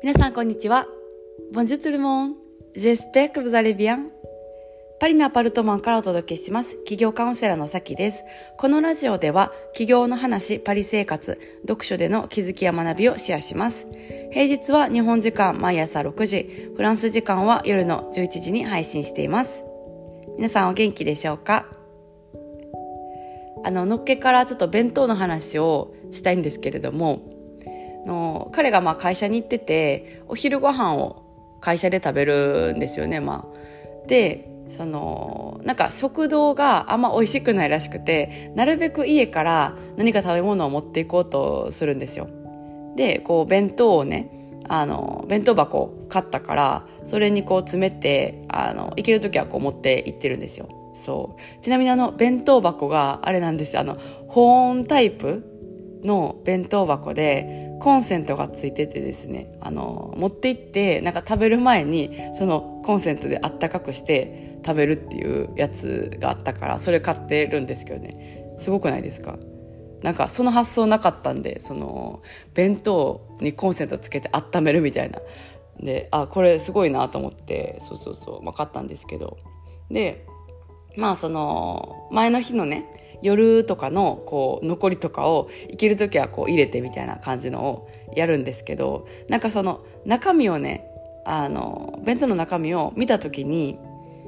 皆さんこんにちは。Bonjour tout le monde. J'espère que vous allez bien. パリのアパルトマンからお届けします。企業カウンセラーのさきです。このラジオでは企業の話、パリ生活、読書での気づきや学びをシェアします。平日は日本時間毎朝6時、フランス時間は夜の11時に配信しています。皆さんお元気でしょうか？のっけからちょっと弁当の話をしたいんですけれども、彼が会社に行っててお昼ご飯を会社で食べるんですよね。でなんか食堂があんま美味しくないらしくて、なるべく家から何か食べ物を持っていこうとするんですよ。で弁当をね、弁当箱を買ったから、それに詰めて行けるときは持って行ってるんですよ。ちなみに弁当箱があれなんですよ。保温タイプの弁当箱でコンセントがついててですね、持って行ってなんか食べる前にそのコンセントであったかくして食べるっていうやつがあったから、それ買ってるんですけどね。すごくないですか？なんかその発想なかったんで、弁当にコンセントつけて温めるみたいなで、これすごいなと思って、買ったんですけど、で前の日のね、夜とかの残りとかを行けるときは入れてみたいな感じのをやるんですけど、なんかその中身をね、弁当の中身を見たときに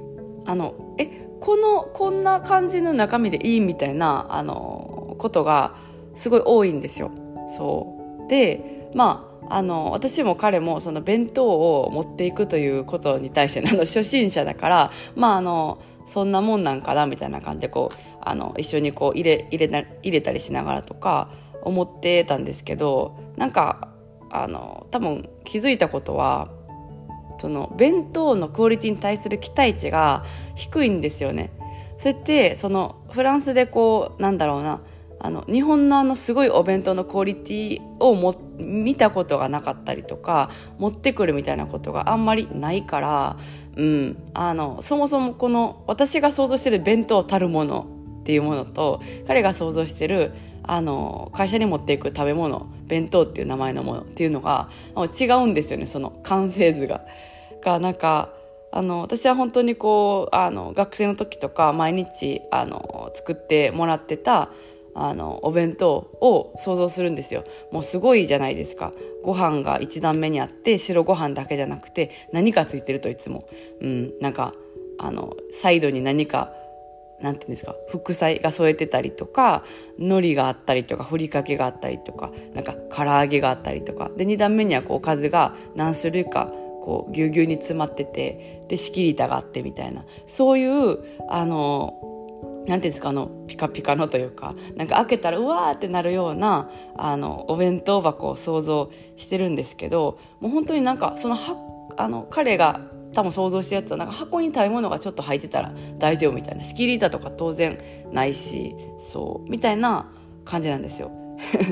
こんな感じの中身でいいみたいなことがすごい多いんですよ。で私も彼もその弁当を持っていくということに対して初心者だから、そんなもんなんかなみたいな感じで一緒に入れたりしながらとか思ってたんですけど、なんか多分気づいたことは、その弁当のクオリティに対する期待値が低いんですよね。それってフランスで日本のすごいお弁当のクオリティを見たことがなかったりとか、持ってくるみたいなことがあんまりないから、そもそも私が想像してる弁当たるものっていうものと、彼が想像してる会社に持っていく食べ物、弁当っていう名前のものっていうのが違うんですよね。その完成図がなんか私は本当に学生の時とか毎日作ってもらってたお弁当を想像するんですよ。もうすごいじゃないですか。ご飯が一段目にあって、白ご飯だけじゃなくて何かついてると、いつもなんかサイドに何かなんていうんですか、副菜が添えてたりとか、海苔があったりとか、ふりかけがあったりとか、なんか唐揚げがあったりとかで、2段目にはおかずが何種類かぎゅうぎゅうに詰まってて、で仕切り板があってみたいな、そういうなんていうんですか、ピカピカのというか、なんか開けたらうわーってなるようなお弁当箱を想像してるんですけど、もう本当になんか彼が多分想像したやつは、なんか箱に食べ物がちょっと入ってたら大丈夫みたいな、仕切り板とか当然ないし、みたいな感じなんですよ。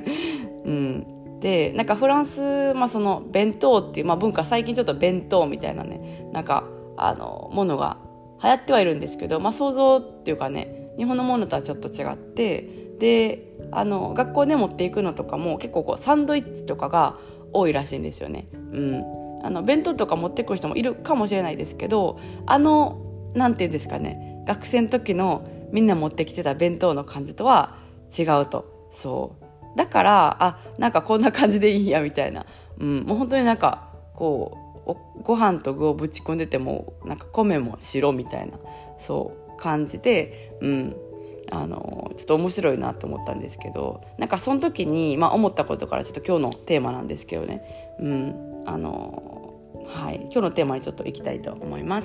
でなんかフランス、その弁当っていう、文化、最近ちょっと弁当みたいなね、なんかものが流行ってはいるんですけど、想像っていうかね、日本のものとはちょっと違って、で学校で持っていくのとかも結構サンドイッチとかが多いらしいんですよね。弁当とか持ってくる人もいるかもしれないですけど、なんていうんですかね、学生の時のみんな持ってきてた弁当の感じとは違うと。だからなんかこんな感じでいいやみたいな、もう本当になんかご飯と具をぶち込んでても、なんか米も白みたいな感じで、ちょっと面白いなと思ったんですけど、なんかその時に、思ったことからちょっと今日のテーマなんですけどね、今日のテーマにちょっといきたいと思います。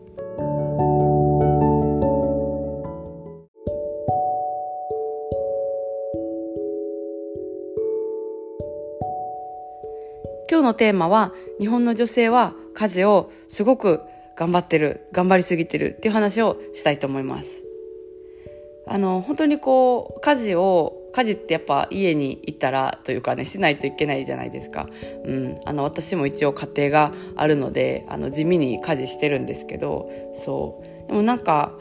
今日のテーマは、日本の女性は家事をすごく頑張りすぎてるっていう話をしたいと思います。本当に家事ってやっぱ家にいたらというかね、しないといけないじゃないですか。私も一応家庭があるので地味に家事してるんですけど、でもなんか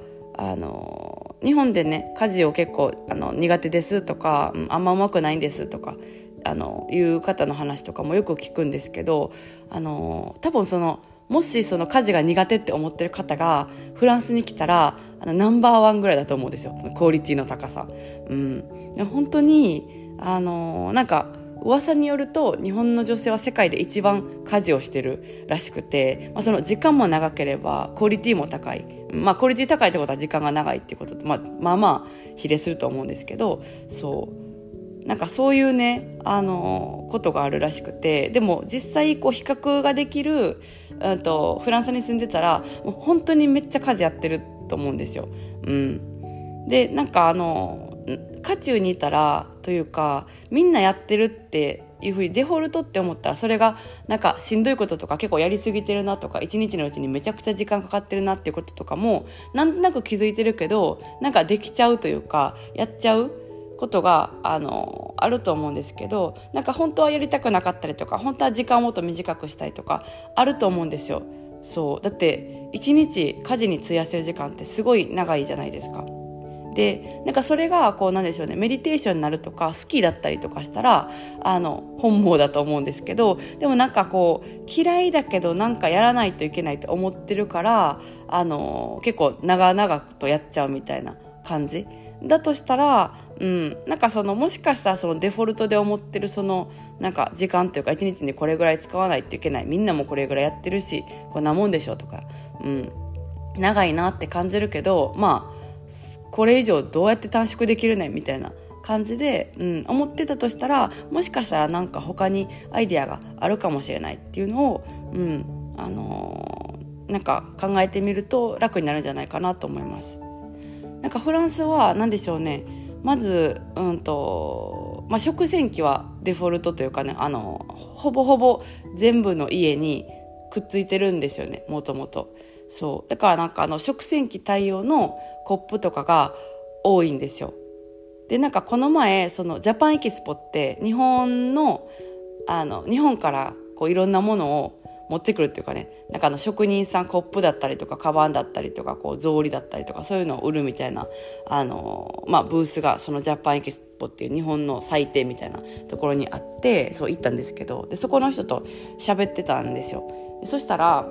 日本でね、家事を結構苦手ですとか、あんまうまくないんですとかっいう方の話とかもよく聞くんですけど、多分もしその家事が苦手って思ってる方がフランスに来たらナンバーワンぐらいだと思うんですよ、クオリティの高さ。本当になんか噂によると日本の女性は世界で一番家事をしてるらしくて、その時間も長ければクオリティも高い、クオリティ高いってことは時間が長いっていうことと、まあ比例すると思うんですけど、なんかそういうねことがあるらしくて、でも実際比較ができる、フランスに住んでたらもう本当にめっちゃ家事やってると思うんですよ。でなんか渦中にいたらというかみんなやってるっていうふうにデフォルトって思ったら、それがなんかしんどいこととか結構やりすぎてるなとか一日のうちにめちゃくちゃ時間かかってるなっていうこととかもなんとなく気づいてるけど、なんかできちゃうというかやっちゃうことがあると思うんですけど、なんか本当はやりたくなかったりとか本当は時間をもっと短くしたいとかあると思うんですよ。だって一日家事に費やせる時間ってすごい長いじゃないですか。でなんかそれがなんでしょうね、メディテーションになるとか好きだったりとかしたら本望だと思うんですけど、でもなんか嫌いだけどなんかやらないといけないと思ってるから結構長々とやっちゃうみたいな感じだとしたら、なんかもしかしたらデフォルトで思ってるなんか時間というか一日にこれぐらい使わないといけない、みんなもこれぐらいやってるしこんなもんでしょとか、長いなって感じるけど、これ以上どうやって短縮できるねみたいな感じで、思ってたとしたら、もしかしたらなんか他にアイデアがあるかもしれないっていうのを、なんか考えてみると楽になるんじゃないかなと思います。なんかフランスは何でしょうね、まず食洗機はデフォルトというかね、ほぼほぼ全部の家にくっついてるんですよね、もともと。だからなんか食洗機対応のコップとかが多いんですよ。でなんかこの前ジャパンエキスポって日本からいろんなものを持ってくるっていうかね、なんか職人さんコップだったりとかカバンだったりとか草履だったりとかそういうのを売るみたいなブースがジャパンエキスポっていう日本の祭典みたいなところにあって、行ったんですけど、でそこの人と喋ってたんですよ。でそしたら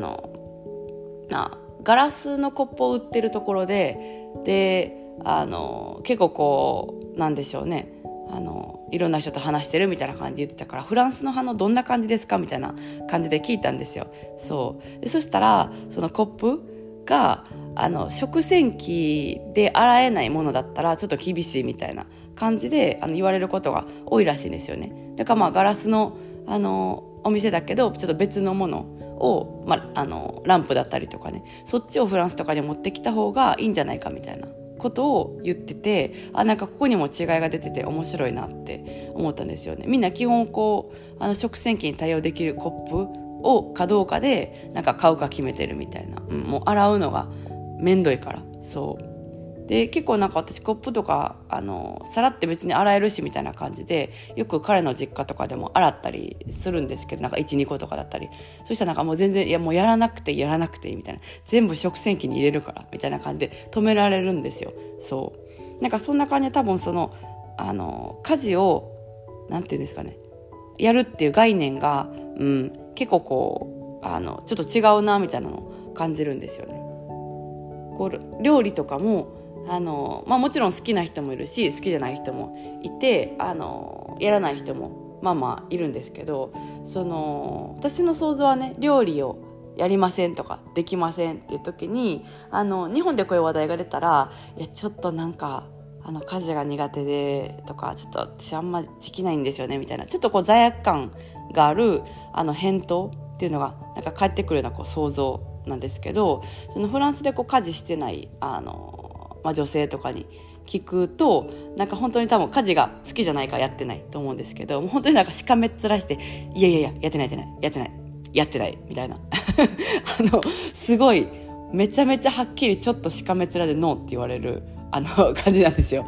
ガラスのコップを売ってるところで結構なんでしょうね、いろんな人と話してるみたいな感じで言ってたから、フランスの花どんな感じですかみたいな感じで聞いたんですよ。そしたらそのコップが食洗機で洗えないものだったらちょっと厳しいみたいな感じで言われることが多いらしいんですよね。だからガラスのお店だけどちょっと別のものを、ランプだったりとかね、そっちをフランスとかに持ってきた方がいいんじゃないかみたいなことを言ってて、なんかここにも違いが出てて面白いなって思ったんですよね。みんな基本食洗機に対応できるコップをかどうかでなんか買うか決めてるみたいな、もう洗うのがめんどいから。で結構なんか私コップとかさらって別に洗えるしみたいな感じでよく彼の実家とかでも洗ったりするんですけど、なんか 1,2 個とかだったり、そしたらなんかもう全然もうやらなくていいみたいな、全部食洗機に入れるからみたいな感じで止められるんですよ。なんかそんな感じで多分家事をなんていうんですかね、やるっていう概念が、結構ちょっと違うなみたいなのを感じるんですよね。料理とかももちろん好きな人もいるし好きじゃない人もいてやらない人もいるんですけど、私の想像はね、料理をやりませんとかできませんっていう時に日本でこういう話題が出たら、いやちょっとなんか家事が苦手でとか、ちょっと私あんまできないんですよねみたいな、ちょっと罪悪感がある返答っていうのがなんか返ってくるような想像なんですけど、フランスで家事してない女性とかに聞くと、なんか本当に多分家事が好きじゃないからやってないと思うんですけど、本当になんかしかめっ面していややってないみたいなすごいめちゃめちゃはっきりちょっとしかめ面でノーって言われる感じなんですよ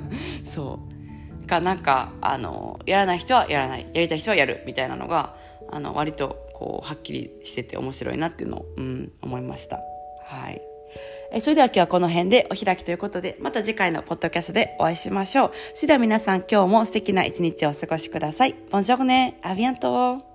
なんかやらない人はやらない、やりたい人はやるみたいなのが割とはっきりしてて面白いなっていうのを、思いました。はい。 それでは今日はこの辺でお開きということで、また次回のポッドキャストでお会いしましょう。それでは皆さん今日も素敵な一日をお過ごしください。ボンジョルネ、アビアント。